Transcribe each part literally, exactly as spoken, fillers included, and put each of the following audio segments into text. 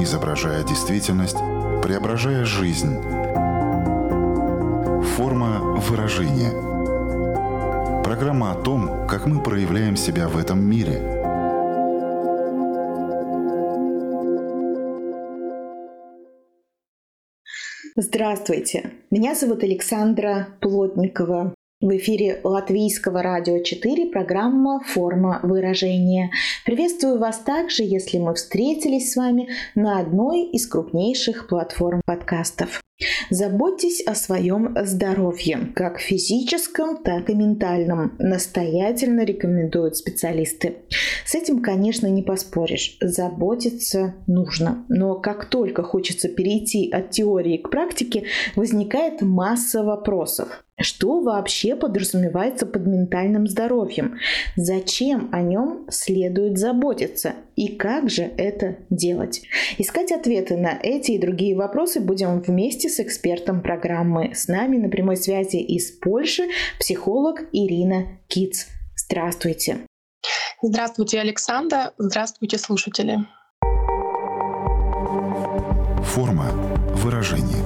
изображая действительность, преображая жизнь. Форма выражения. Программа о том, как мы проявляем себя в этом мире. Здравствуйте, меня зовут Александра Плотникова. В эфире Латвийского радио четыре программа «Форма выражения». Приветствую вас также, если мы встретились с вами на одной из крупнейших платформ подкастов. Заботьтесь о своем здоровье, как физическом, так и ментальном. Настоятельно рекомендуют специалисты. С этим, конечно, не поспоришь. Заботиться нужно. Но как только хочется перейти от теории к практике, возникает масса вопросов. Что вообще подразумевается под ментальным здоровьем? Зачем о нем следует заботиться? И как же это делать? Искать ответы на эти и другие вопросы будем вместе с экспертом программы. С нами на прямой связи из Польши психолог Ирина Киц. Здравствуйте. Здравствуйте, Александра. Здравствуйте, слушатели. Форма выражения.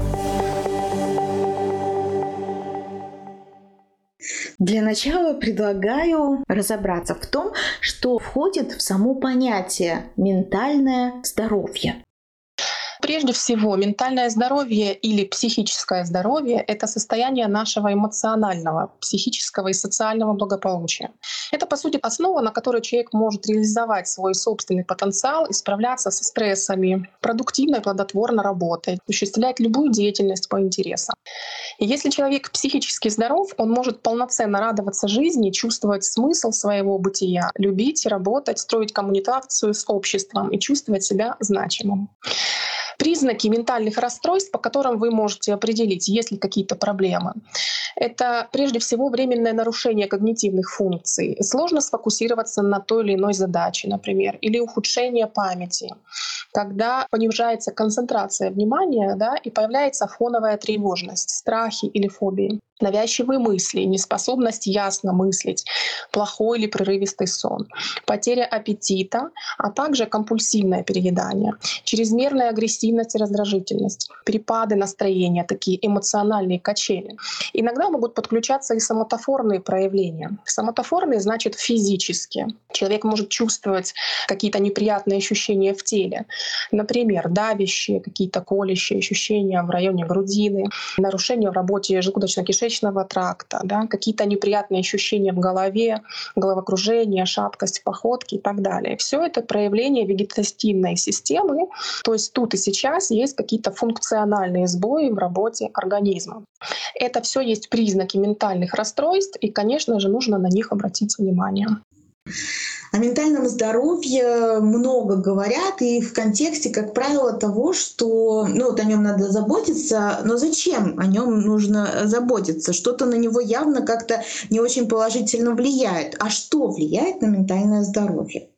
Для начала предлагаю разобраться в том, что входит в само понятие «ментальное здоровье». Прежде всего, ментальное здоровье или психическое здоровье — это состояние нашего эмоционального, психического и социального благополучия. Это, по сути, основа, на которой человек может реализовать свой собственный потенциал и справляться со стрессами, продуктивно и плодотворно работать, осуществлять любую деятельность по интересам. И если человек психически здоров, он может полноценно радоваться жизни, чувствовать смысл своего бытия, любить, работать, строить коммуникацию с обществом и чувствовать себя значимым. Признаки ментальных расстройств, по которым вы можете определить, есть ли какие-то проблемы. Это прежде всего временное нарушение когнитивных функций. Сложно сфокусироваться на той или иной задаче, например, или ухудшение памяти, когда понижается концентрация внимания, да, и появляется фоновая тревожность, страхи или фобии. Навязчивые мысли, неспособность ясно мыслить, плохой или прерывистый сон, потеря аппетита, а также компульсивное переедание, чрезмерная агрессивность и раздражительность, перепады настроения, такие эмоциональные качели. Иногда могут подключаться и соматофорные проявления. Соматофорные значит физически. Человек может чувствовать какие-то неприятные ощущения в теле. Например, давящие, какие-то колющие ощущения в районе грудины, нарушения в работе желудочно-кишечного тракта, да, какие-то неприятные ощущения в голове, головокружение, шаткость в походке и так далее. Все это проявление вегетативной системы, то есть тут и сейчас есть какие-то функциональные сбои в работе организма. Это все есть признаки ментальных расстройств, и, конечно же, нужно на них обратить внимание. О ментальном здоровье много говорят, и в контексте, как правило, того, что ну, вот о нем надо заботиться, но зачем о нем нужно заботиться? Что-то на него явно как-то не очень положительно влияет. А что влияет на ментальное здоровье?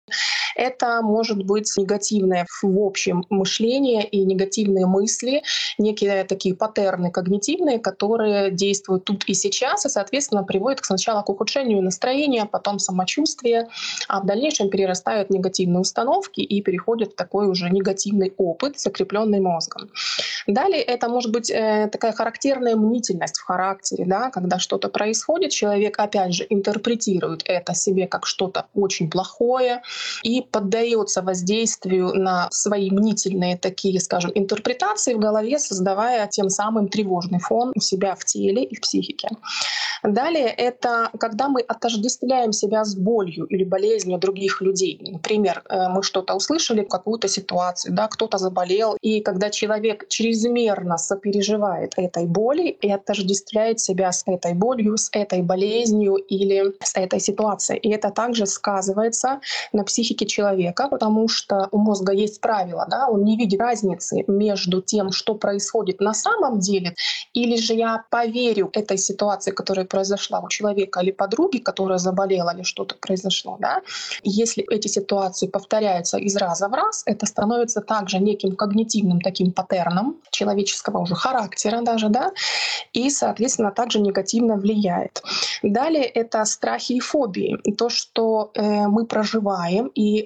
Это может быть негативное в общем мышление и негативные мысли, некие такие паттерны когнитивные, которые действуют тут и сейчас, и, соответственно, приводят сначала к ухудшению настроения, потом самочувствия, а в дальнейшем перерастают в негативные установки и переходят в такой уже негативный опыт, закрепленный мозгом. Далее это может быть э, такая характерная мнительность в характере, да, когда что-то происходит, человек опять же интерпретирует это себе как что-то очень плохое и поддается воздействию на свои мнительные такие, скажем, интерпретации в голове, создавая тем самым тревожный фон у себя в теле и в психике. Далее это когда мы отождествляем себя с болью или болезнью других людей. Например, мы что-то услышали, какую-то ситуацию, да, кто-то заболел, и когда человек чрезмерно сопереживает этой боли и отождествляет себя с этой болью, с этой болезнью или с этой ситуацией. И это также сказывается на психике человека, потому что у мозга есть правило, да, он не видит разницы между тем, что происходит на самом деле, или же я поверю этой ситуации, которая произошла у человека или подруги, которая заболела, или что-то произошло. Да? И если эти ситуации повторяются из раза в раз, это становится также неким когнитивным таким паттерном человеческого уже характера даже, да? И, соответственно, также негативно влияет. Далее это страхи и фобии. И то, что э, мы проживаем, и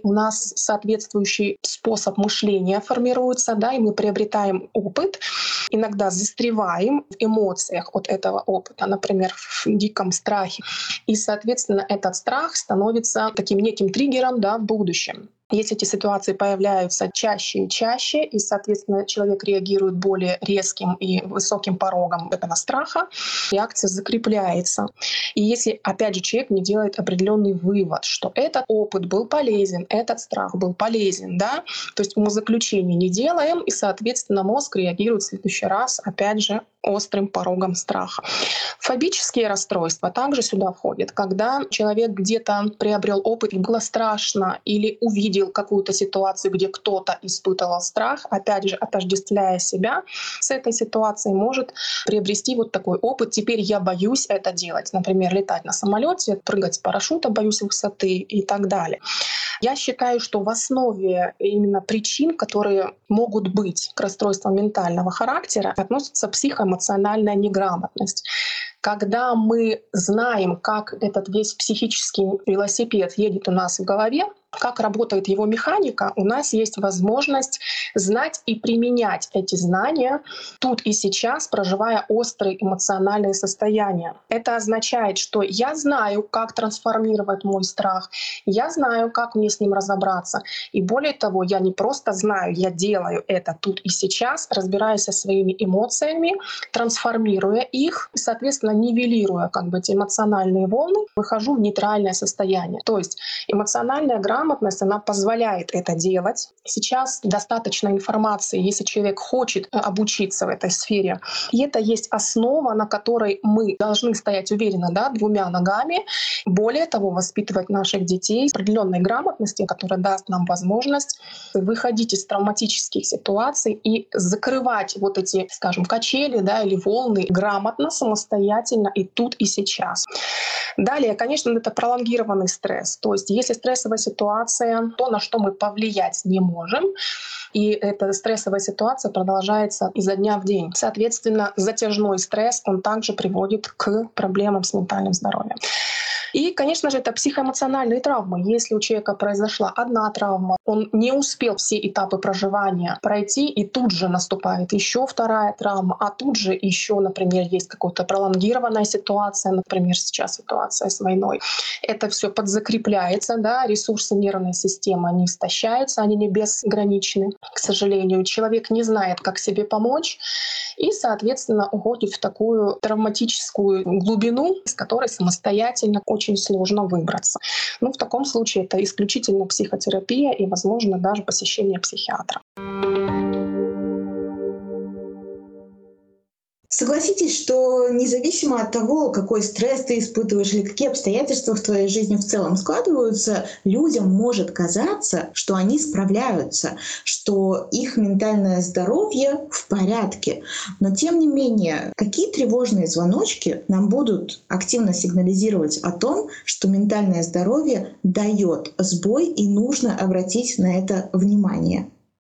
у нас соответствующий способ мышления формируется, да, и мы приобретаем опыт, иногда застреваем в эмоциях от этого опыта, например, в диком страхе. И, соответственно, этот страх становится таким неким триггером, да, в будущем. Если эти ситуации появляются чаще и чаще, и, соответственно, человек реагирует более резким и высоким порогом этого страха, реакция закрепляется. И если, опять же, человек не делает определенный вывод, что этот опыт был полезен, этот страх был полезен, да, то есть умозаключений не делаем, и, соответственно, мозг реагирует в следующий раз, опять же, острым порогом страха. Фобические расстройства также сюда входят, когда человек где-то приобрел опыт, и было страшно, или увидел какую-то ситуацию, где кто-то испытывал страх, опять же, отождествляя себя с этой ситуацией, может приобрести вот такой опыт. Теперь я боюсь это делать. Например, летать на самолете, прыгать с парашюта, боюсь высоты и так далее. Я считаю, что в основе именно причин, которые могут быть к расстройствам ментального характера, относится психоэмоциональная неграмотность. Когда мы знаем, как этот весь психический велосипед едет у нас в голове, как работает его механика, у нас есть возможность знать и применять эти знания тут и сейчас, проживая острые эмоциональные состояния. Это означает, что я знаю, как трансформировать мой страх, я знаю, как мне с ним разобраться. И более того, я не просто знаю, я делаю это тут и сейчас, разбираясь со своими эмоциями, трансформируя их, и, соответственно, нивелируя как бы эти эмоциональные волны, выхожу в нейтральное состояние. То есть эмоциональная грамотность, она позволяет это делать. Сейчас достаточно информации, если человек хочет обучиться в этой сфере. И это есть основа, на которой мы должны стоять уверенно, да, двумя ногами. Более того, воспитывать наших детей с определенной грамотностью, которая даст нам возможность выходить из травматических ситуаций и закрывать вот эти, скажем, качели, да, или волны грамотно, самостоятельно и тут и сейчас. Далее, конечно, это пролонгированный стресс. То есть если стрессовая ситуация, то, на что мы повлиять не можем, и эта стрессовая ситуация продолжается изо дня в день. Соответственно, затяжной стресс, он также приводит к проблемам с ментальным здоровьем. И, конечно же, это психоэмоциональные травмы. Если у человека произошла одна травма, он не успел все этапы проживания пройти, и тут же наступает еще вторая травма, а тут же еще, например, есть какая-то пролонгированная ситуация, например, сейчас ситуация с войной. Это все подзакрепляется, да, ресурсы нервной системы, они истощаются, они не безграничны, к сожалению. Человек не знает, как себе помочь, и, соответственно, уходит в такую травматическую глубину, из которой самостоятельно очень сложно выбраться. Ну, в таком случае это исключительно психотерапия и, возможно, даже посещение психиатра. Согласитесь, что независимо от того, какой стресс ты испытываешь или какие обстоятельства в твоей жизни в целом складываются, людям может казаться, что они справляются, что их ментальное здоровье в порядке. Но тем не менее, какие тревожные звоночки нам будут активно сигнализировать о том, что ментальное здоровье дает сбой и нужно обратить на это внимание?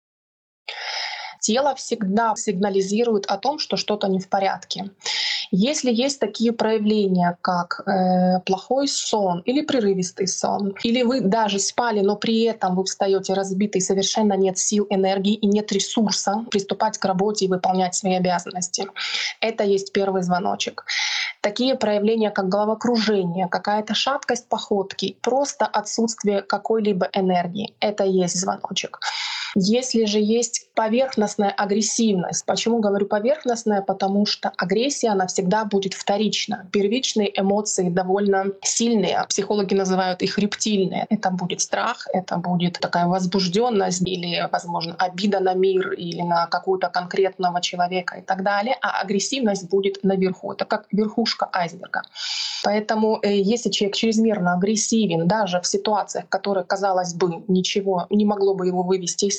Тело всегда сигнализирует о том, что что-то не в порядке. Если есть такие проявления, как э, плохой сон или прерывистый сон, или вы даже спали, но при этом вы встаете разбитый, совершенно нет сил, энергии и нет ресурса приступать к работе и выполнять свои обязанности, это есть первый звоночек. Такие проявления, как головокружение, какая-то шаткость походки, просто отсутствие какой-либо энергии, это есть звоночек. Если же есть поверхностная агрессивность, почему говорю поверхностная? Потому что агрессия, она всегда будет вторична. Первичные эмоции довольно сильные, психологи называют их рептильные. Это будет страх, это будет такая возбужденность или, возможно, обида на мир или на какого-то конкретного человека и так далее. А агрессивность будет наверху. Это как верхушка айсберга. Поэтому если человек чрезмерно агрессивен, даже в ситуациях, в которых, казалось бы, ничего не могло бы его вывести из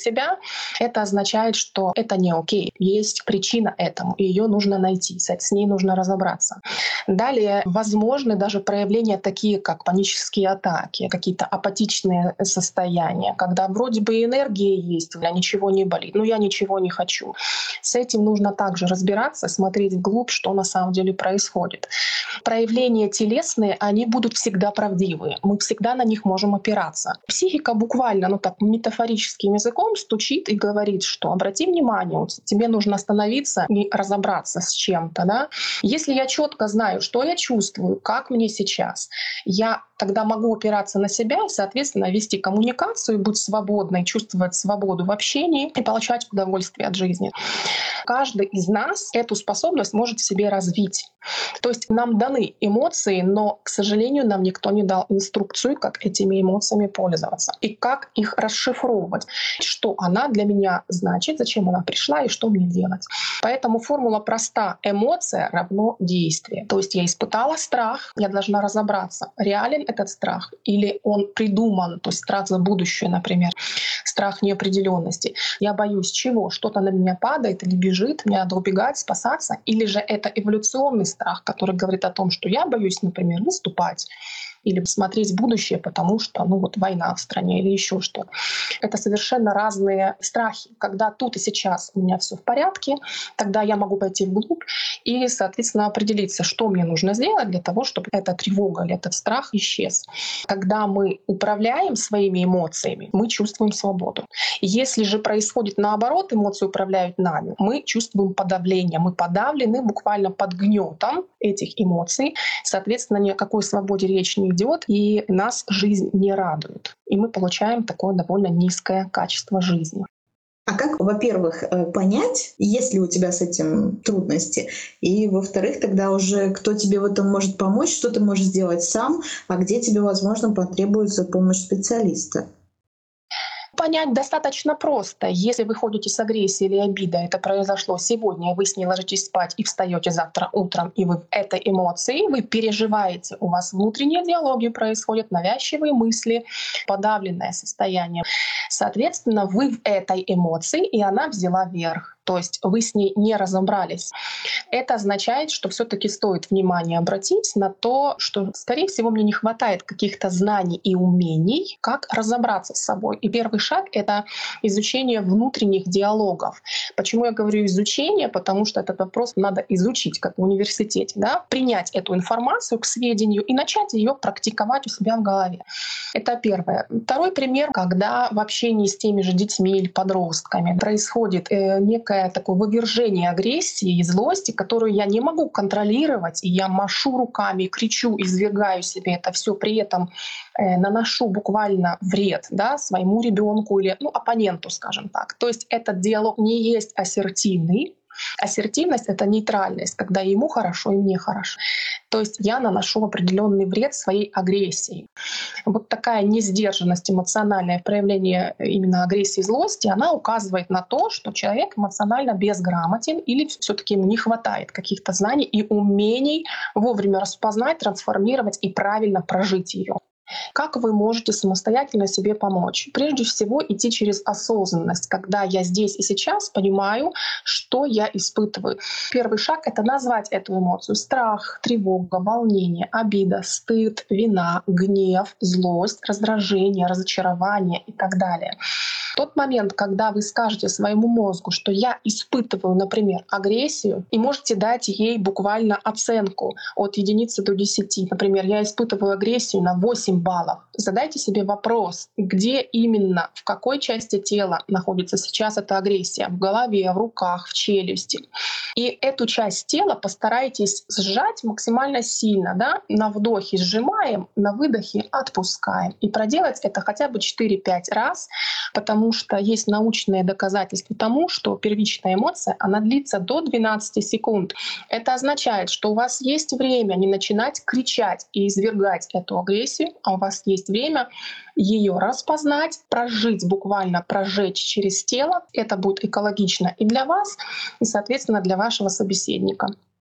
себя, это означает, что это не окей. Есть причина этому, и ее нужно найти, с ней нужно разобраться. Далее возможны даже проявления такие, как панические атаки, какие-то апатичные состояния, когда вроде бы энергия есть, у меня ничего не болит, но я ничего не хочу. С этим нужно также разбираться, смотреть вглубь, что на самом деле происходит. Проявления телесные, они будут всегда правдивые. Мы всегда на них можем опираться. Психика буквально, ну так, метафорическим языком стучит и говорит, что обрати внимание, тебе нужно остановиться и разобраться с чем-то. Да? Если я четко знаю, что я чувствую, как мне сейчас, я тогда могу опираться на себя и, соответственно, вести коммуникацию, быть свободной, чувствовать свободу в общении и получать удовольствие от жизни. Каждый из нас эту способность может в себе развить. То есть нам даны эмоции, но, к сожалению, нам никто не дал инструкцию, как этими эмоциями пользоваться и как их расшифровывать, что она для меня значит, зачем она пришла и что мне делать. Поэтому формула проста: эмоция равно действие. То есть я испытала страх, я должна разобраться, реален этот страх или он придуман, то есть страх за будущее, например, страх неопределенности. Я боюсь чего? Что-то на меня падает или бежит, мне надо убегать, спасаться, или же это эволюционный страх, который говорит о том, что я боюсь, например, выступать или смотреть в будущее, потому что ну вот война в стране или еще что. Это совершенно разные страхи. Когда тут и сейчас у меня все в порядке, тогда я могу пойти вглубь и, соответственно, определиться, что мне нужно сделать для того, чтобы эта тревога или этот страх исчез. Когда мы управляем своими эмоциями, мы чувствуем свободу. Если же происходит наоборот, эмоции управляют нами, мы чувствуем подавление, мы подавлены буквально под гнетом этих эмоций. Соответственно, ни о какой свободе речь не идет, и нас жизнь не радует. И мы получаем такое довольно низкое качество жизни. А как, во-первых, понять, есть ли у тебя с этим трудности, и, во-вторых, тогда уже кто тебе в этом может помочь, что ты можешь сделать сам, а где тебе, возможно, потребуется помощь специалиста? Понять достаточно просто. Если вы ходите с агрессией или обидой, это произошло сегодня, вы с ней ложитесь спать и встаете завтра утром, и вы в этой эмоции, вы переживаете, у вас внутренние диалоги происходят, навязчивые мысли, подавленное состояние. Соответственно, вы в этой эмоции, и она взяла верх. То есть вы с ней не разобрались. Это означает, что все-таки стоит внимание обратить на то, что, скорее всего, мне не хватает каких-то знаний и умений, как разобраться с собой. И первый шаг — это изучение внутренних диалогов. Почему я говорю изучение? Потому что этот вопрос надо изучить, как в университете, да? Принять эту информацию к сведению и начать ее практиковать у себя в голове. Это первое. Второй пример, когда в общении с теми же детьми или подростками происходит э, некое такое вывержение агрессии и злости, которую я не могу контролировать, и я машу руками, кричу, извергаю себе это все, при этом э, наношу буквально вред, да, своему ребенку или ну, оппоненту, скажем так. То есть этот диалог не есть ассертивный. Ассертивность — это нейтральность, когда ему хорошо и мне хорошо. То есть я наношу определенный вред своей агрессией. Вот такая несдержанность, эмоциональное проявление именно агрессии и злости, она указывает на то, что человек эмоционально безграмотен или все-таки ему не хватает каких-то знаний и умений вовремя распознать, трансформировать и правильно прожить ее. Как вы можете самостоятельно себе помочь? Прежде всего, идти через осознанность, когда я здесь и сейчас понимаю, что я испытываю. Первый шаг — это назвать эту эмоцию: страх, тревога, волнение, обида, стыд, вина, гнев, злость, раздражение, разочарование и так далее. В тот момент, когда вы скажете своему мозгу, что я испытываю, например, агрессию, и можете дать ей буквально оценку от единицы до десяти. Например, я испытываю агрессию на восемь баллов. Задайте себе вопрос, где именно, в какой части тела находится сейчас эта агрессия: в голове, в руках, в челюсти. И эту часть тела постарайтесь сжать максимально сильно. Да? На вдохе сжимаем, на выдохе отпускаем. И проделать это хотя бы четыре-пять раз, потому что есть научные доказательства тому, что первичная эмоция, она длится до двенадцати секунд. Это означает, что у вас есть время не начинать кричать и извергать эту агрессию, а у вас есть время ее распознать, прожить, буквально прожечь через тело. Это будет экологично и для вас, и, соответственно, для вашего собеседника.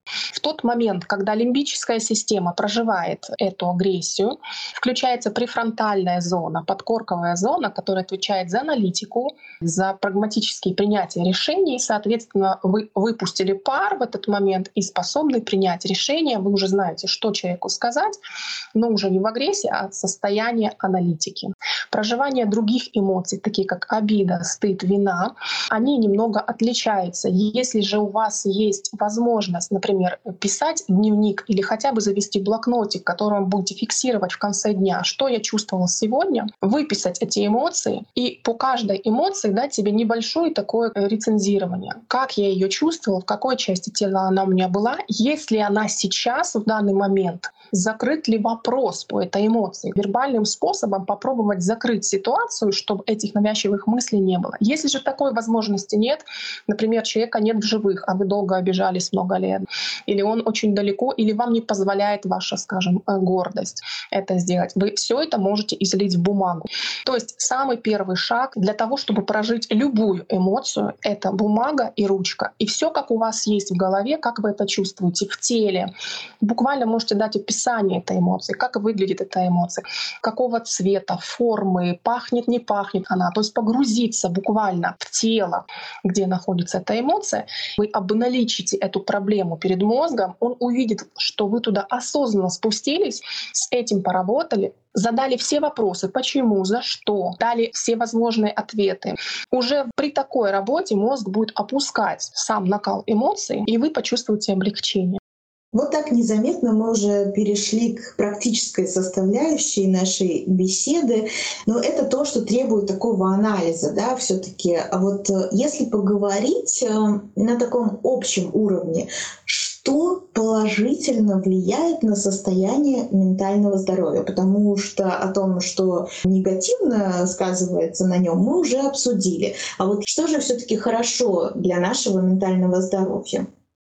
В тот момент, когда лимбическая система проживает эту агрессию, включается префронтальная зона, подкорковая зона, которая отвечает за аналитику, за прагматические принятия решений. Соответственно, вы выпустили пар в этот момент и способны принять решение. Вы уже знаете, что человеку сказать, но уже не в агрессии, а в состоянии аналитики. Проживание других эмоций, такие как обида, стыд, вина, они немного отличаются. Если же у вас есть возможность, например, писать дневник или хотя бы завести блокнотик, который вы будете фиксировать в конце дня, что я чувствовала сегодня, выписать эти эмоции и по каждой эмоции дать себе небольшое такое рецензирование. Как я ее чувствовала, в какой части тела она у меня была, есть ли она сейчас, в данный момент, закрыт ли вопрос по этой эмоции. Вербальным способом попробовать закрыть ситуацию, чтобы этих навязчивых мыслей не было. Если же такой возможности нет, например, человека нет в живых, а вы долго обижались много лет, или он очень далеко, или вам не позволяет ваша, скажем, гордость это сделать, вы все это можете излить в бумагу. То есть самый первый шаг для того, чтобы прожить любую эмоцию, это бумага и ручка. И все, как у вас есть в голове, как вы это чувствуете в теле. Буквально можете дать описание этой эмоции, как выглядит эта эмоция, какого цвета, формы, пахнет, не пахнет она. То есть погрузиться буквально в тело, где находится эта эмоция. Вы обналичите эту проблему перед мозгом, он увидит, что вы туда осознанно спустились, с этим поработали, задали все вопросы, почему, за что, дали все возможные ответы. Уже при такой работе мозг будет опускать сам накал эмоций, и вы почувствуете облегчение. Вот так незаметно мы уже перешли к практической составляющей нашей беседы. Но это то, что требует такого анализа, да, все-таки. А вот если поговорить на таком общем уровне, что положительно влияет на состояние ментального здоровья? Потому что о том, что негативно сказывается на нем, мы уже обсудили. А вот что же все-таки хорошо для нашего ментального здоровья?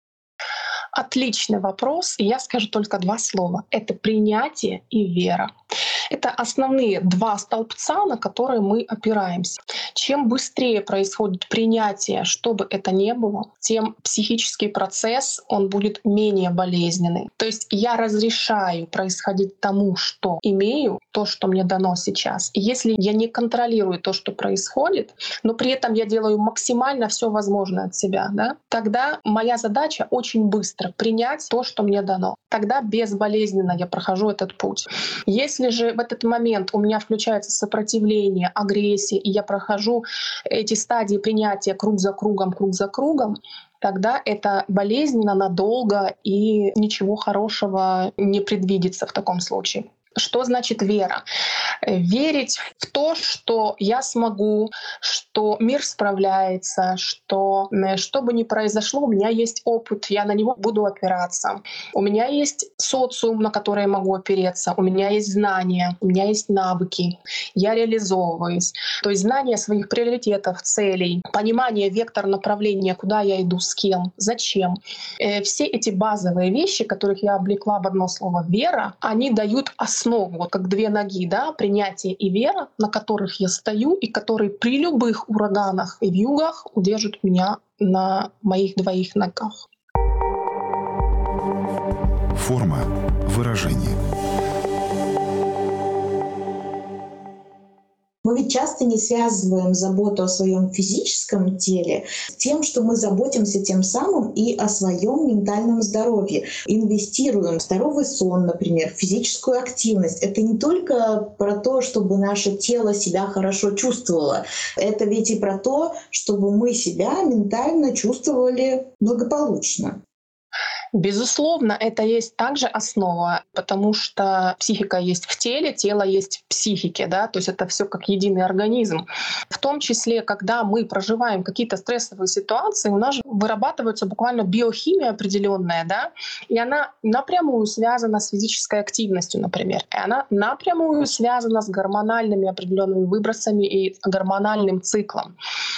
Отличный вопрос, и я скажу только два слова. Это принятие и вера. Это основные два столбца, на которые мы опираемся. Чем быстрее происходит принятие, что бы это ни было, тем психический процесс он будет менее болезненный. То есть я разрешаю происходить тому, что имею, то, что мне дано сейчас. И если я не контролирую то, что происходит, но при этом я делаю максимально все возможное от себя, да, тогда моя задача очень быстро принять то, что мне дано. Тогда безболезненно я прохожу этот путь. Если же в этот момент у меня включается сопротивление, агрессия, и я прохожу эти стадии принятия круг за кругом, круг за кругом, тогда это болезненно, надолго, и ничего хорошего не предвидится в таком случае. Что значит вера? Верить в то, что я смогу, что мир справляется, что что бы ни произошло, у меня есть опыт, я на него буду опираться. У меня есть социум, на который я могу опереться, у меня есть знания, у меня есть навыки, я реализовываюсь. То есть знание своих приоритетов, целей, понимание вектор направления, куда я иду, с кем, зачем. Все эти базовые вещи, которых я облекла в одно слово «вера», они дают основу, вот как две ноги, да, принятие и вера, на которых я стою и которые при любых ураганах и вьюгах удержат меня на моих двоих ногах. Форма выражения. Мы ведь часто не связываем заботу о своем физическом теле с тем, что мы заботимся тем самым и о своем ментальном здоровье. Инвестируем в здоровый сон, например, в физическую активность. Это не только про то, чтобы наше тело себя хорошо чувствовало. Это ведь и про то, чтобы мы себя ментально чувствовали благополучно. Безусловно, это есть также основа, потому что психика есть в теле, тело есть в психике, да, то есть это все как единый организм. В том числе, когда мы проживаем какие-то стрессовые ситуации, у нас же вырабатывается буквально биохимия определенная, да, и она напрямую связана с физической активностью, например, и она напрямую связана с гормональными определенными выбросами и гормональным циклом.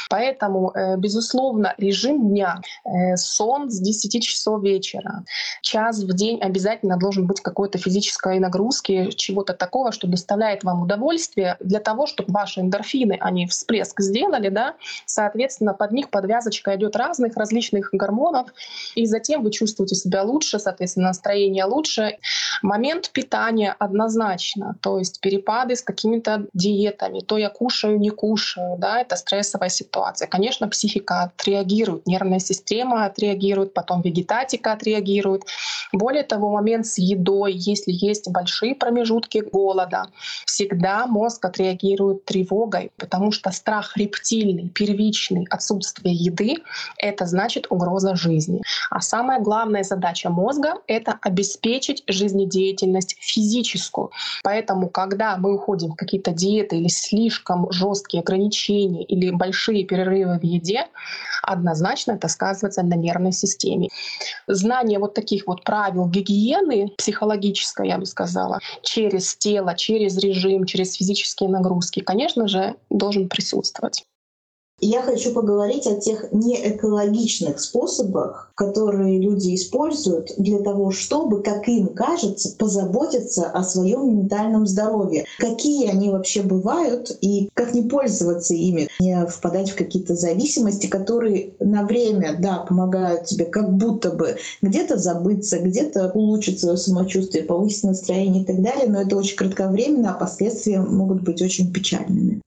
Поэтому, безусловно, режим дня, сон с десяти часов вечера, час в день обязательно должен быть какой-то физической нагрузки, чего-то такого, что доставляет вам удовольствие, для того, чтобы ваши эндорфины, они всплеск сделали, да, соответственно, под них подвязочка идет разных различных гормонов, и затем вы чувствуете себя лучше, соответственно, настроение лучше. Момент питания однозначно, то есть перепады с какими-то диетами, то я кушаю, не кушаю, да, это стрессовая ситуация. Конечно, психика отреагирует, нервная система отреагирует, потом вегетатика отреагирует. Более того, момент с едой, если есть большие промежутки голода, всегда мозг отреагирует тревогой, потому что страх рептильный, первичный, отсутствие еды — это значит угроза жизни. А самая главная задача мозга — это обеспечить жизнедеятельность физическую. Поэтому, когда мы уходим в какие-то диеты или слишком жесткие ограничения или большие перерывы в еде, однозначно это сказывается на нервной системе. Знание вот таких вот правил гигиены психологической, я бы сказала, через тело, через режим, через физические нагрузки, конечно же, должен присутствовать. Я хочу поговорить о тех неэкологичных способах, которые люди используют для того, чтобы, как им кажется, позаботиться о своем ментальном здоровье. Какие они вообще бывают и как не пользоваться ими, не впадать в какие-то зависимости, которые на время, да, помогают тебе как будто бы где-то забыться, где-то улучшить свое самочувствие, повысить настроение и так далее, но это очень кратковременно, а последствия могут быть очень печальными.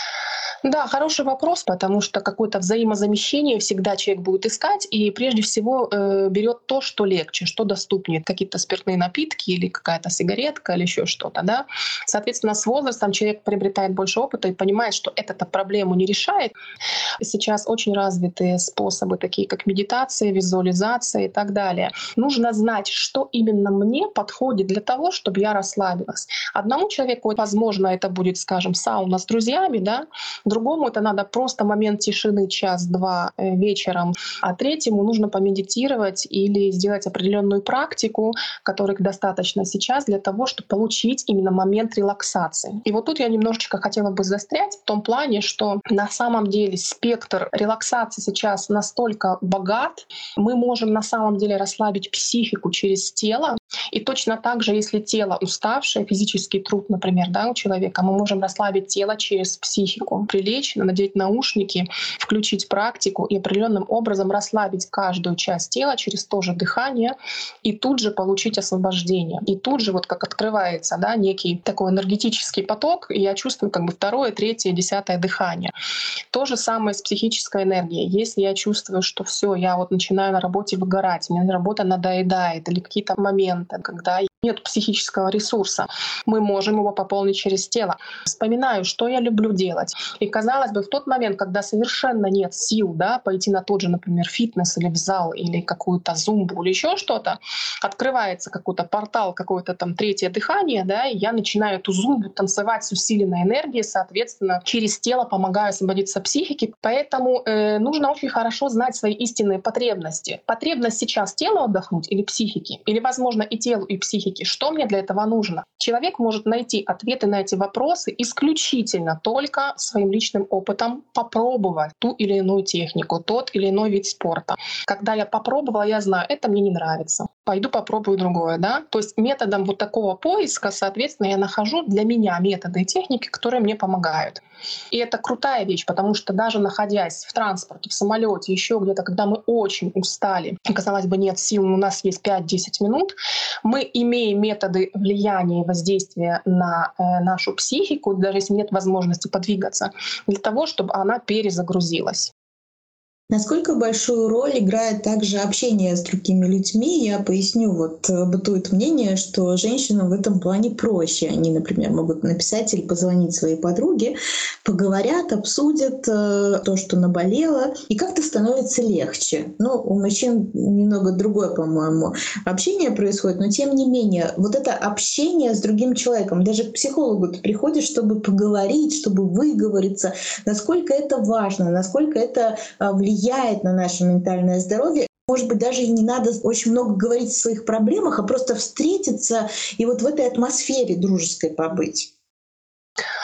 Да, хороший вопрос, потому что какое-то взаимозамещение всегда человек будет искать, и прежде всего э, берет то, что легче, что доступнее, какие-то спиртные напитки или какая-то сигаретка или еще что-то, да. Соответственно, с возрастом человек приобретает больше опыта и понимает, что это-то проблему не решает. Сейчас очень развитые способы, такие как медитация, визуализация и так далее. Нужно знать, что именно мне подходит для того, чтобы я расслабилась. Одному человеку, возможно, это будет, скажем, сауна с друзьями, да. Другому это надо просто момент тишины час-два вечером, а третьему нужно помедитировать или сделать определенную практику, которой достаточно сейчас для того, чтобы получить именно момент релаксации. И вот тут я немножечко хотела бы застрять в том плане, что на самом деле спектр релаксации сейчас настолько богат, мы можем на самом деле расслабить психику через тело. И точно так же, если тело уставшее, физический труд, например, да, у человека, мы можем расслабить тело через психику, прилечь, надеть наушники, включить практику и определенным образом расслабить каждую часть тела через то же дыхание и тут же получить освобождение. И тут же вот как открывается, да, некий такой энергетический поток, и я чувствую как бы второе, третье, десятое дыхание. То же самое с психической энергией. Если я чувствую, что все, я вот начинаю на работе выгорать, мне работа надоедает или какие-то моменты, когда нет психического ресурса, мы можем его пополнить через тело. Вспоминаю, что я люблю делать. И казалось бы, в тот момент, когда совершенно нет сил, да, пойти на тот же, например, фитнес или в зал, или какую-то зумбу, или еще что-то, открывается какой-то портал, какое-то там третье дыхание, да, и я начинаю эту зумбу танцевать с усиленной энергией, соответственно, через тело помогаю освободиться психике. Поэтому э, нужно очень хорошо знать свои истинные потребности. Потребность сейчас тела отдохнуть или психики, или, возможно, и телу, и психике. Что мне для этого нужно? Человек может найти ответы на эти вопросы исключительно только своим личным опытом попробовать ту или иную технику, тот или иной вид спорта. Когда я попробовала, я знаю, это мне не нравится. Пойду попробую другое, да? То есть методом вот такого поиска, соответственно, я нахожу для меня методы и техники, которые мне помогают. И это крутая вещь, потому что даже находясь в транспорте, в самолете, еще где-то, когда мы очень устали, и, казалось бы, нет сил, у нас есть пять-десять минут, мы имеем методы влияния и воздействия на э, нашу психику, даже если нет возможности подвигаться, для того, чтобы она перезагрузилась. Насколько большую роль играет также общение с другими людьми? Я поясню, вот бытует мнение, что женщинам в этом плане проще. Они, например, могут написать или позвонить своей подруге, поговорят, обсудят то, что наболело, и как-то становится легче. Ну, у мужчин немного другое, по-моему, общение происходит, но тем не менее, вот это общение с другим человеком, даже к психологу ты приходишь, чтобы поговорить, чтобы выговориться, насколько это важно, насколько это влияет влияет на наше ментальное здоровье. Может быть, даже и не надо очень много говорить о своих проблемах, а просто встретиться и вот в этой атмосфере дружеской побыть.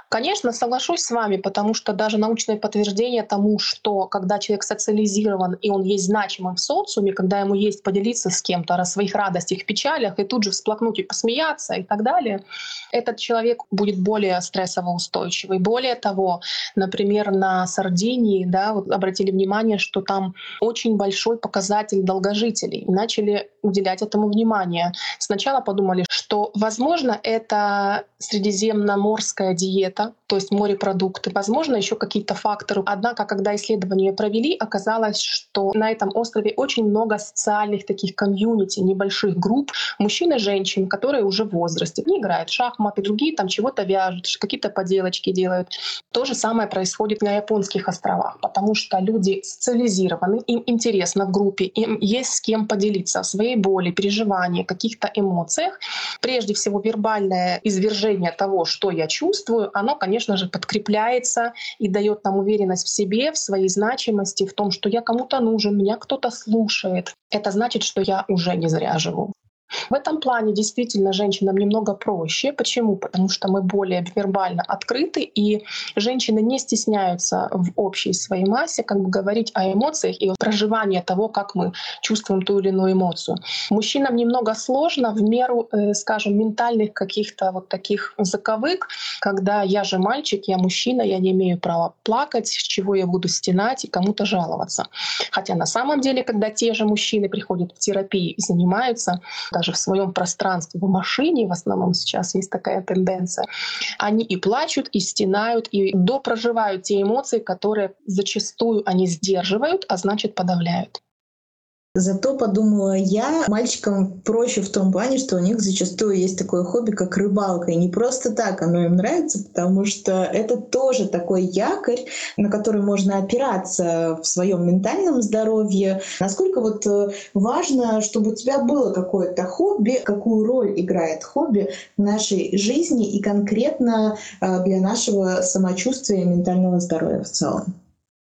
Конечно, соглашусь с вами, потому что даже научное подтверждение тому, что когда человек социализирован и он есть значимым в социуме, когда ему есть поделиться с кем-то о своих радостях, печалях и тут же всплакнуть и посмеяться и так далее, этот человек будет более стрессово устойчивый. Более того, например, на Сардинии, да, вот обратили внимание, что там очень большой показатель долгожителей. Начали уделять этому внимание. Сначала подумали, что, возможно, это средиземноморская диета, то есть морепродукты, возможно, еще какие-то факторы. Однако, когда исследования провели, оказалось, что на этом острове очень много социальных таких комьюнити, небольших групп мужчин и женщин, которые уже в возрасте. Они играют в шахматы, другие там чего-то вяжут, какие-то поделочки делают. То же самое происходит на японских островах, потому что люди социализированы, им интересно в группе, им есть с кем поделиться о своей боли, переживаниях, каких-то эмоциях. Прежде всего, вербальное извержение того, что я чувствую, оно, конечно же, подкрепляется и дает нам уверенность в себе, в своей значимости, в том, что я кому-то нужен, меня кто-то слушает. Это значит, что я уже не зря живу. В этом плане действительно женщинам немного проще. Почему? Потому что мы более вербально открыты, и женщины не стесняются в общей своей массе как бы говорить о эмоциях и о проживании того, как мы чувствуем ту или иную эмоцию. Мужчинам немного сложно в меру, э, скажем, ментальных каких-то вот таких заковык, когда я же мальчик, я мужчина, я не имею права плакать, с чего я буду стенать и кому-то жаловаться. Хотя на самом деле, когда те же мужчины приходят в терапию и занимаются даже в своем пространстве, в машине, в основном сейчас есть такая тенденция, они и плачут, и стенают, и допроживают те эмоции, которые зачастую они сдерживают, а значит подавляют. Зато, подумала я, мальчикам проще в том плане, что у них зачастую есть такое хобби, как рыбалка. И не просто так оно им нравится, потому что это тоже такой якорь, на который можно опираться в своем ментальном здоровье. Насколько вот важно, чтобы у тебя было какое-то хобби, какую роль играет хобби в нашей жизни и конкретно для нашего самочувствия и ментального здоровья в целом.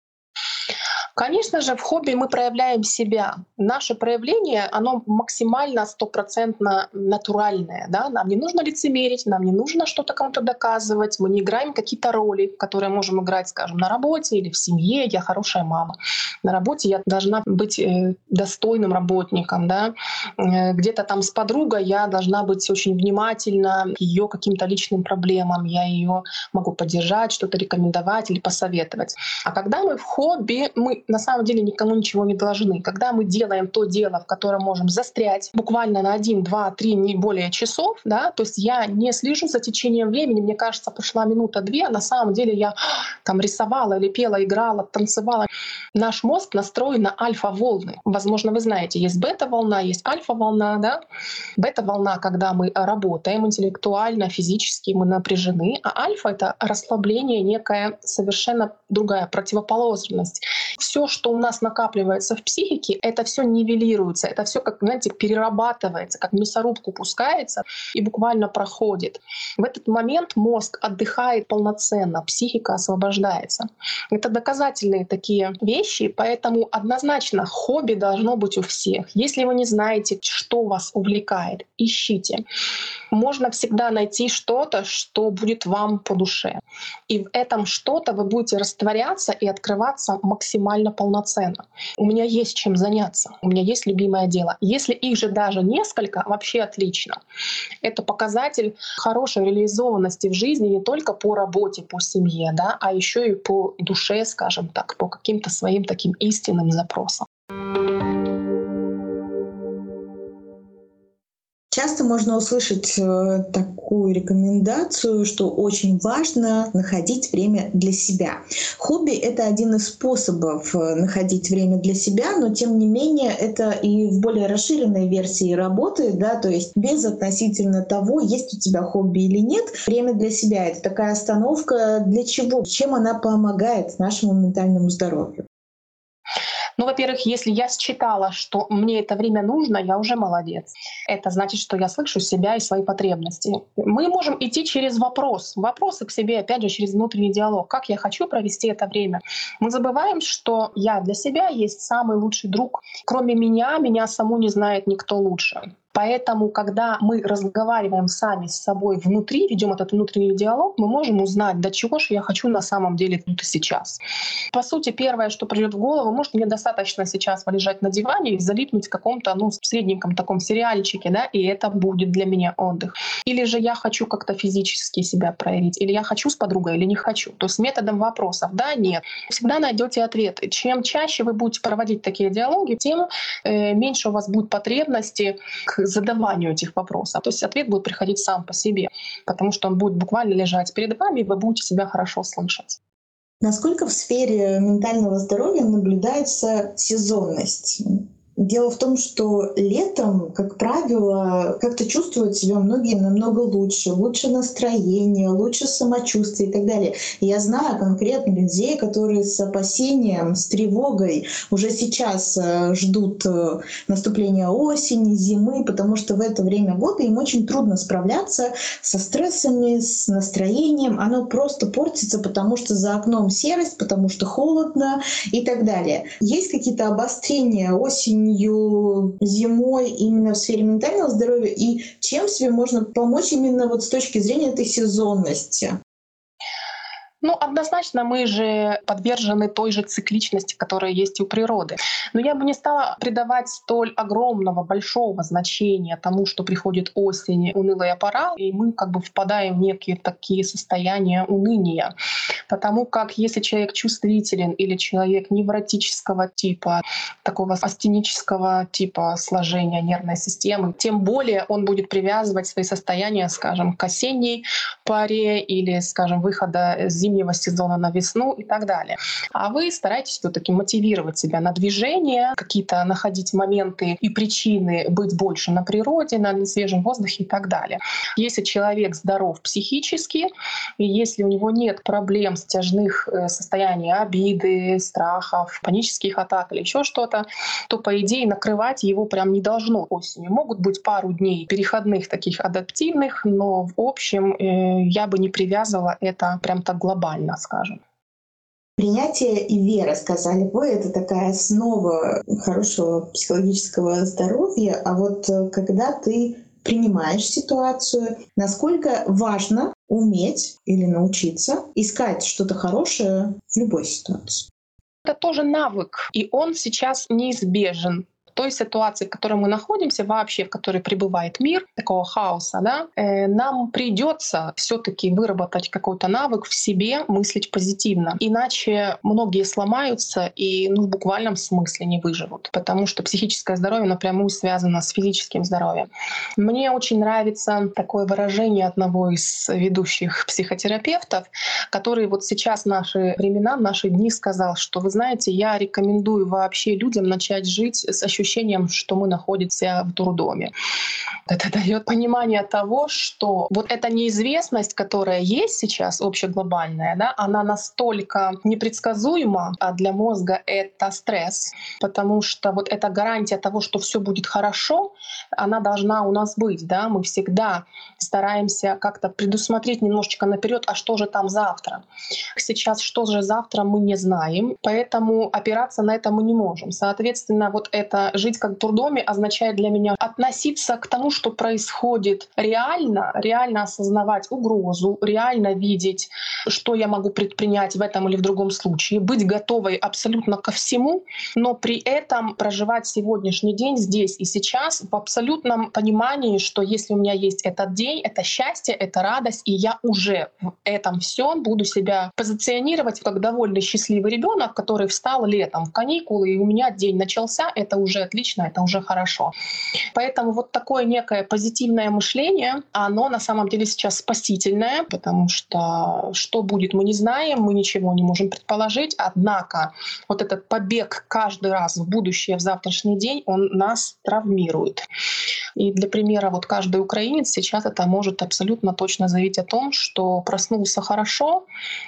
Конечно же, в хобби мы проявляем себя. Наше проявление, оно максимально стопроцентно натуральное. Да? Нам не нужно лицемерить, нам не нужно что-то кому-то доказывать. Мы не играем какие-то роли, которые можем играть, скажем, на работе или в семье. Я хорошая мама. На работе я должна быть достойным работником. Да? Где-то там с подругой я должна быть очень внимательна к ее каким-то личным проблемам. Я ее могу поддержать, что-то рекомендовать или посоветовать. А когда мы в хобби, мы на самом деле никому ничего не должны. Когда мы делаем то дело, в котором можем застрять буквально на один, два, три, не более часов, да, то есть я не слежу за течением времени, мне кажется, прошла минута-две, а на самом деле я там рисовала или пела, играла, танцевала. Наш мозг настроен на альфа-волны. Возможно, вы знаете, есть бета-волна, есть альфа-волна. Да? Бета-волна, когда мы работаем интеллектуально, физически, мы напряжены, а альфа — это расслабление, некая совершенно другая противоположность. Все, что у нас накапливается в психике, это все нивелируется, это все, как, знаете, перерабатывается, как в мясорубку пускается и буквально проходит. В этот момент мозг отдыхает полноценно, психика освобождается. Это доказательные такие вещи, поэтому однозначно хобби должно быть у всех. Если вы не знаете, что вас увлекает, ищите. Можно всегда найти что-то, что будет вам по душе. И в этом что-то вы будете растворяться и открываться максимально полноценно. У меня есть чем заняться, у меня есть любимое дело. Если их же даже несколько, вообще отлично. Это показатель хорошей реализованности в жизни не только по работе, по семье, да, а еще и по душе, скажем так, по каким-то своим таким истинным запросам. Часто можно услышать такую рекомендацию, что очень важно находить время для себя. Хобби — это один из способов находить время для себя, но тем не менее это и в более расширенной версии работает, да, то есть без относительно того, есть у тебя хобби или нет. Время для себя — это такая остановка для чего? Чем она помогает нашему ментальному здоровью? Ну, во-первых, если я считала, что мне это время нужно, я уже молодец. Это значит, что я слышу себя и свои потребности. Мы можем идти через вопрос. Вопросы к себе, опять же, через внутренний диалог. Как я хочу провести это время? Мы забываем, что я для себя есть самый лучший друг. Кроме меня, меня саму не знает никто лучше. Поэтому, когда мы разговариваем сами с собой внутри, ведем этот внутренний диалог, мы можем узнать, до чего же я хочу на самом деле тут и сейчас. По сути, первое, что придет в голову, может, мне достаточно сейчас полежать на диване и залипнуть в каком-то, ну, средненьком таком сериальчике, да, и это будет для меня отдых. Или же я хочу как-то физически себя проявить, или я хочу с подругой, или не хочу. То есть методом вопросов, да, нет. Всегда найдете ответы. Чем чаще вы будете проводить такие диалоги, тем э, меньше у вас будет потребности к задаванию этих вопросов. То есть ответ будет приходить сам по себе, потому что он будет буквально лежать перед вами, и вы будете себя хорошо слышать. Насколько в сфере ментального здоровья наблюдается сезонность? Дело в том, что летом, как правило, как-то чувствуют себя многие намного лучше, лучше настроение, лучше самочувствие и так далее. И я знаю конкретно людей, которые с опасением, с тревогой уже сейчас ждут наступления осени, зимы, потому что в это время года им очень трудно справляться со стрессами, с настроением. Оно просто портится, потому что за окном серость, потому что холодно и так далее. Есть какие-то обострения осенью, зимой именно в сфере ментального здоровья, и чем себе можно помочь именно вот с точки зрения этой сезонности? Ну, однозначно мы же подвержены той же цикличности, которая есть и у природы. Но я бы не стала придавать столь огромного, большого значения тому, что приходит осень, унылая пора, и мы как бы впадаем в некие такие состояния уныния. Потому как если человек чувствителен или человек невротического типа, такого астенического типа сложения нервной системы, тем более он будет привязывать свои состояния, скажем, к осенней паре или, скажем, выхода с зимнего сезона на весну и так далее. А вы стараетесь все-таки мотивировать себя на движение, какие-то находить моменты и причины быть больше на природе, на свежем воздухе и так далее. Если человек здоров психически, и если у него нет проблем, стяжных состояний, обиды, страхов, панических атак или еще что-то, то, по идее, накрывать его прям не должно осенью. Могут быть пару дней переходных таких адаптивных, но в общем я бы не привязывала это прям так глобально. глобально, скажем. Принятие и вера, сказали вы, это такая основа хорошего психологического здоровья. А вот когда ты принимаешь ситуацию, насколько важно уметь или научиться искать что-то хорошее в любой ситуации? Это тоже навык, и он сейчас неизбежен. В той ситуации, в которой мы находимся, вообще, в которой пребывает мир, такого хаоса, да, э, нам придется все-таки выработать какой-то навык в себе, мыслить позитивно. Иначе многие сломаются и ну, в буквальном смысле не выживут, потому что психическое здоровье напрямую связано с физическим здоровьем. Мне очень нравится такое выражение одного из ведущих психотерапевтов, который вот сейчас в наши времена, в наши дни сказал, что, вы знаете, я рекомендую вообще людям начать жить с ощущением, ощущением, что мы находимся в дурдоме. Это дает понимание того, что вот эта неизвестность, которая есть сейчас, общеглобальная, да, она настолько непредсказуема, а для мозга это стресс, потому что вот эта гарантия того, что все будет хорошо, она должна у нас быть. Да? Мы всегда стараемся как-то предусмотреть немножечко наперед, а что же там завтра. Сейчас что же завтра мы не знаем, поэтому опираться на это мы не можем. Соответственно, вот это жить как в дурдоме означает для меня относиться к тому, что происходит реально, реально осознавать угрозу, реально видеть, что я могу предпринять в этом или в другом случае, быть готовой абсолютно ко всему, но при этом проживать сегодняшний день здесь и сейчас в абсолютном понимании, что если у меня есть этот день, это счастье, это радость, и я уже в этом всем буду себя позиционировать как довольно счастливый ребенок, который встал летом в каникулы, и у меня день начался, это уже отлично, это уже хорошо. Поэтому вот такое некое позитивное мышление, оно на самом деле сейчас спасительное, потому что что будет, мы не знаем, мы ничего не можем предположить, однако вот этот побег каждый раз в будущее, в завтрашний день, он нас травмирует. И для примера, вот каждый украинец сейчас это может абсолютно точно заявить о том, что проснулся хорошо,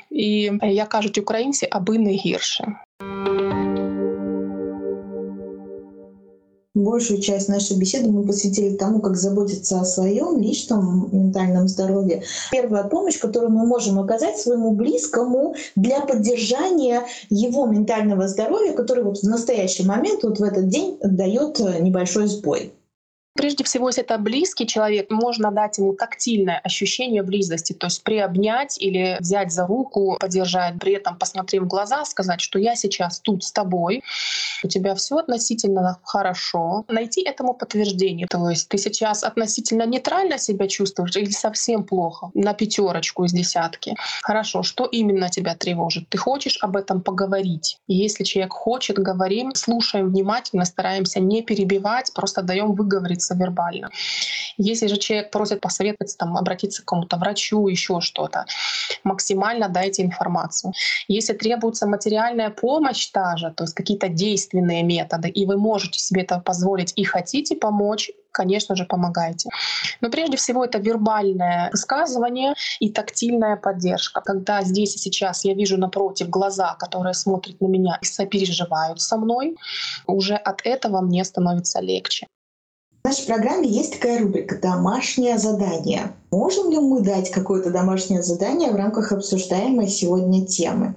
и я кажуть, українці аби не гірше. Большую часть нашей беседы мы посвятили тому, как заботиться о своем личном ментальном здоровье. Первая помощь, которую мы можем оказать своему близкому для поддержания его ментального здоровья, который вот в настоящий момент, вот в этот день дает небольшой сбой. Прежде всего, если это близкий человек, можно дать ему тактильное ощущение близости, то есть приобнять или взять за руку, подержать, при этом посмотрев в глаза, сказать, что я сейчас тут с тобой, у тебя все относительно хорошо. Найти этому подтверждение, то есть ты сейчас относительно нейтрально себя чувствуешь или совсем плохо, на пятерочку из десятки. Хорошо, что именно тебя тревожит? Ты хочешь об этом поговорить? И если человек хочет, говорим, слушаем внимательно, стараемся не перебивать, просто даем выговориться вербально. Если же человек просит посоветовать, там, обратиться к какому-то врачу, еще что-то, максимально дайте информацию. Если требуется материальная помощь та же, то есть какие-то действенные методы, и вы можете себе это позволить и хотите помочь, конечно же, помогайте. Но прежде всего это вербальное высказывание и тактильная поддержка. Когда здесь и сейчас я вижу напротив глаза, которые смотрят на меня и сопереживают со мной, уже от этого мне становится легче. В нашей программе есть такая рубрика «Домашнее задание». Можем ли мы дать какое-то домашнее задание в рамках обсуждаемой сегодня темы?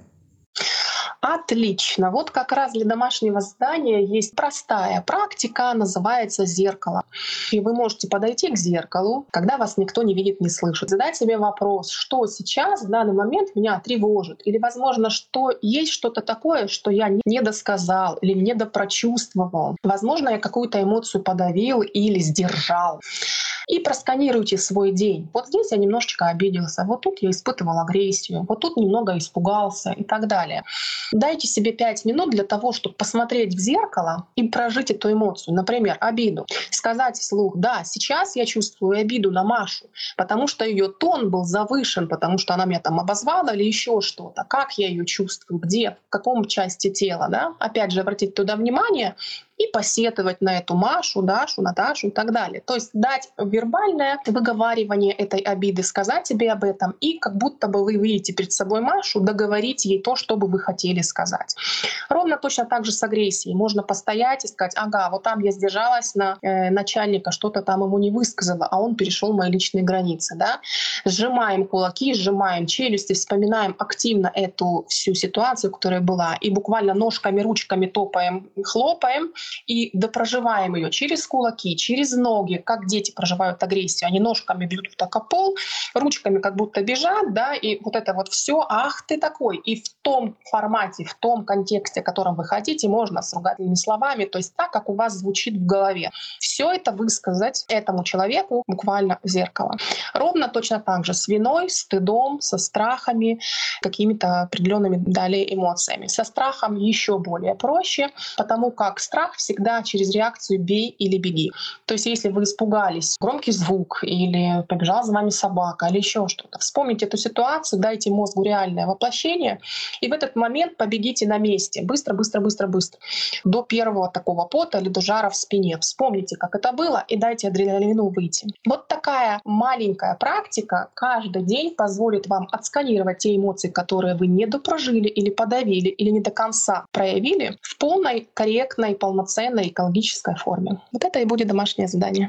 Отлично. Вот как раз для домашнего задания есть простая практика, называется зеркало. И вы можете подойти к зеркалу, когда вас никто не видит, не слышит, задать себе вопрос, что сейчас в данный момент меня тревожит, или, возможно, что есть что-то такое, что я не досказал или не допрочувствовал. Возможно, я какую-то эмоцию подавил или сдержал. И просканируйте свой день. Вот здесь я немножечко обиделся, вот тут я испытывал агрессию, вот тут немного испугался и так далее. Дайте себе пять минут для того, чтобы посмотреть в зеркало и прожить эту эмоцию. Например, обиду. Сказать вслух: да, сейчас я чувствую обиду на Машу, потому что ее тон был завышен, потому что она меня там обозвала или еще что-то. Как я ее чувствую, где, в каком части тела. Да? Опять же, обратить туда внимание и посетовать на эту Машу, Дашу, Наташу и так далее. То есть дать вербальное выговаривание этой обиды, сказать себе об этом, и как будто бы вы видите перед собой Машу, договорить ей то, что бы вы хотели сказать. Ровно точно так же с агрессией. Можно постоять и сказать: ага, вот там я сдержалась на э, начальника, что-то там ему не высказала, а он перешел мои личные границы. Да? Сжимаем кулаки, сжимаем челюсти, вспоминаем активно эту всю ситуацию, которая была, и буквально ножками, ручками топаем, хлопаем, и допроживаем ее через кулаки, через ноги, как дети проживают агрессию. Они ножками бьют в так о пол, ручками как будто бежат, да, и вот это вот все, ах ты такой. И в том формате, в том контексте, в котором вы хотите, можно с ругательными словами, то есть так, как у вас звучит в голове. Все это высказать этому человеку буквально в зеркало. Ровно точно так же с виной, стыдом, со страхами, какими-то определенными далее эмоциями. Со страхом еще более проще, потому как страх всегда через реакцию «бей» или «беги». То есть если вы испугались, громкий звук или побежала за вами собака или еще что-то, вспомните эту ситуацию, дайте мозгу реальное воплощение, и в этот момент побегите на месте. Быстро, быстро, быстро, быстро. До первого такого пота или до жара в спине. Вспомните, как это было, и дайте адреналину выйти. Вот такая маленькая практика каждый день позволит вам отсканировать те эмоции, которые вы не допрожили или подавили, или не до конца проявили, в полной, корректной, полноценной экологической форме. Вот это и будет домашнее задание.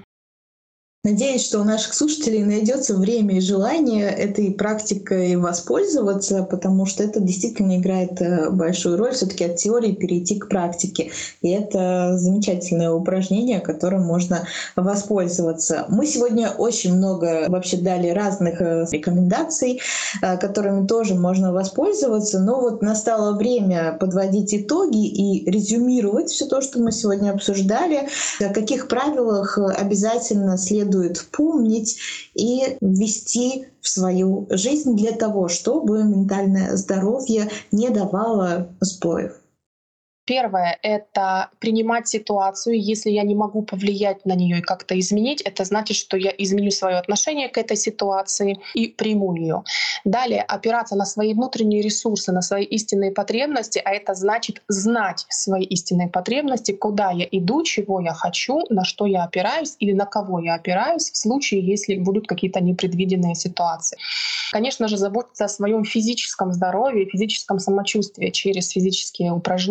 Надеюсь, что у наших слушателей найдется время и желание этой практикой воспользоваться, потому что это действительно играет большую роль, все-таки от теории перейти к практике. И это замечательное упражнение, которым можно воспользоваться. Мы сегодня очень много вообще дали разных рекомендаций, которыми тоже можно воспользоваться. Но вот настало время подводить итоги и резюмировать все то, что мы сегодня обсуждали. О каких правилах обязательно следует помнить и ввести в свою жизнь для того, чтобы ментальное здоровье не давало сбоев. Первое — это принимать ситуацию. Если я не могу повлиять на нее и как-то изменить, это значит, что я изменю свое отношение к этой ситуации и приму ее. Далее — опираться на свои внутренние ресурсы, на свои истинные потребности, а это значит знать свои истинные потребности, куда я иду, чего я хочу, на что я опираюсь или на кого я опираюсь в случае, если будут какие-то непредвиденные ситуации. Конечно же, заботиться о своем физическом здоровье, физическом самочувствии через физические упражнения,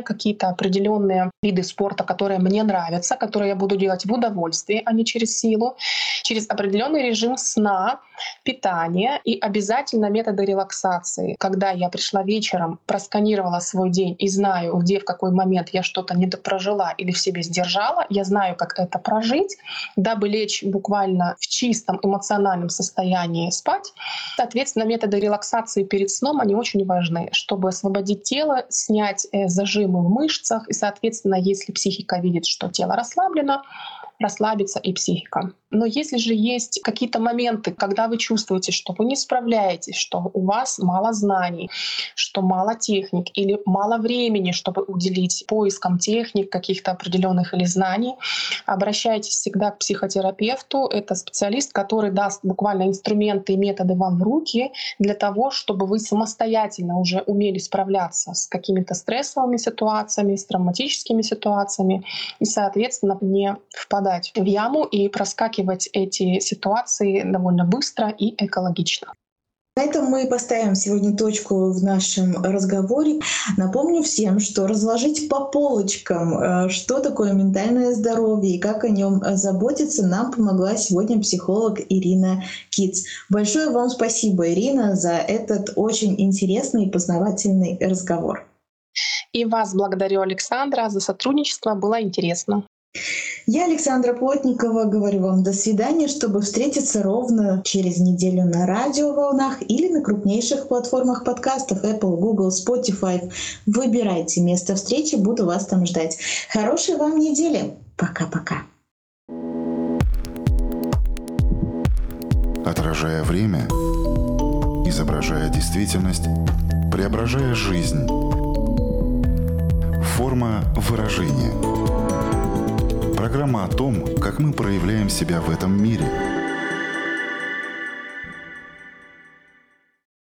какие-то определенные виды спорта, которые мне нравятся, которые я буду делать в удовольствии, а не через силу, через определенный режим сна, питания и обязательно методы релаксации. Когда я пришла вечером, просканировала свой день и знаю, где, в какой момент я что-то недопрожила или в себе сдержала, я знаю, как это прожить, дабы лечь буквально в чистом эмоциональном состоянии спать. Соответственно, методы релаксации перед сном, они очень важны, чтобы освободить тело, снять зажимы в мышцах. И, соответственно, если психика видит, что тело расслаблено, расслабится и психика. Но если же есть какие-то моменты, когда вы чувствуете, что вы не справляетесь, что у вас мало знаний, что мало техник или мало времени, чтобы уделить поискам техник каких-то определенных или знаний, обращайтесь всегда к психотерапевту. Это специалист, который даст буквально инструменты и методы вам в руки для того, чтобы вы самостоятельно уже умели справляться с какими-то стрессовыми ситуациями, с травматическими ситуациями и, соответственно, не впадать в яму и проскакивать эти ситуации довольно быстро и экологично. На этом мы поставим сегодня точку в нашем разговоре. Напомню всем, что разложить по полочкам, что такое ментальное здоровье и как о нем заботиться, нам помогла сегодня психолог Ирина Киц. Большое вам спасибо, Ирина, за этот очень интересный и познавательный разговор. И вас благодарю, Александра, за сотрудничество. Было интересно. Я, Александра Плотникова, говорю вам до свидания, чтобы встретиться ровно через неделю на радиоволнах или на крупнейших платформах подкастов Apple, Google, Spotify. Выбирайте место встречи, буду вас там ждать. Хорошей вам недели. Пока-пока. Отражая время, изображая действительность, преображая жизнь. Форма выражения. Программа о том, как мы проявляем себя в этом мире –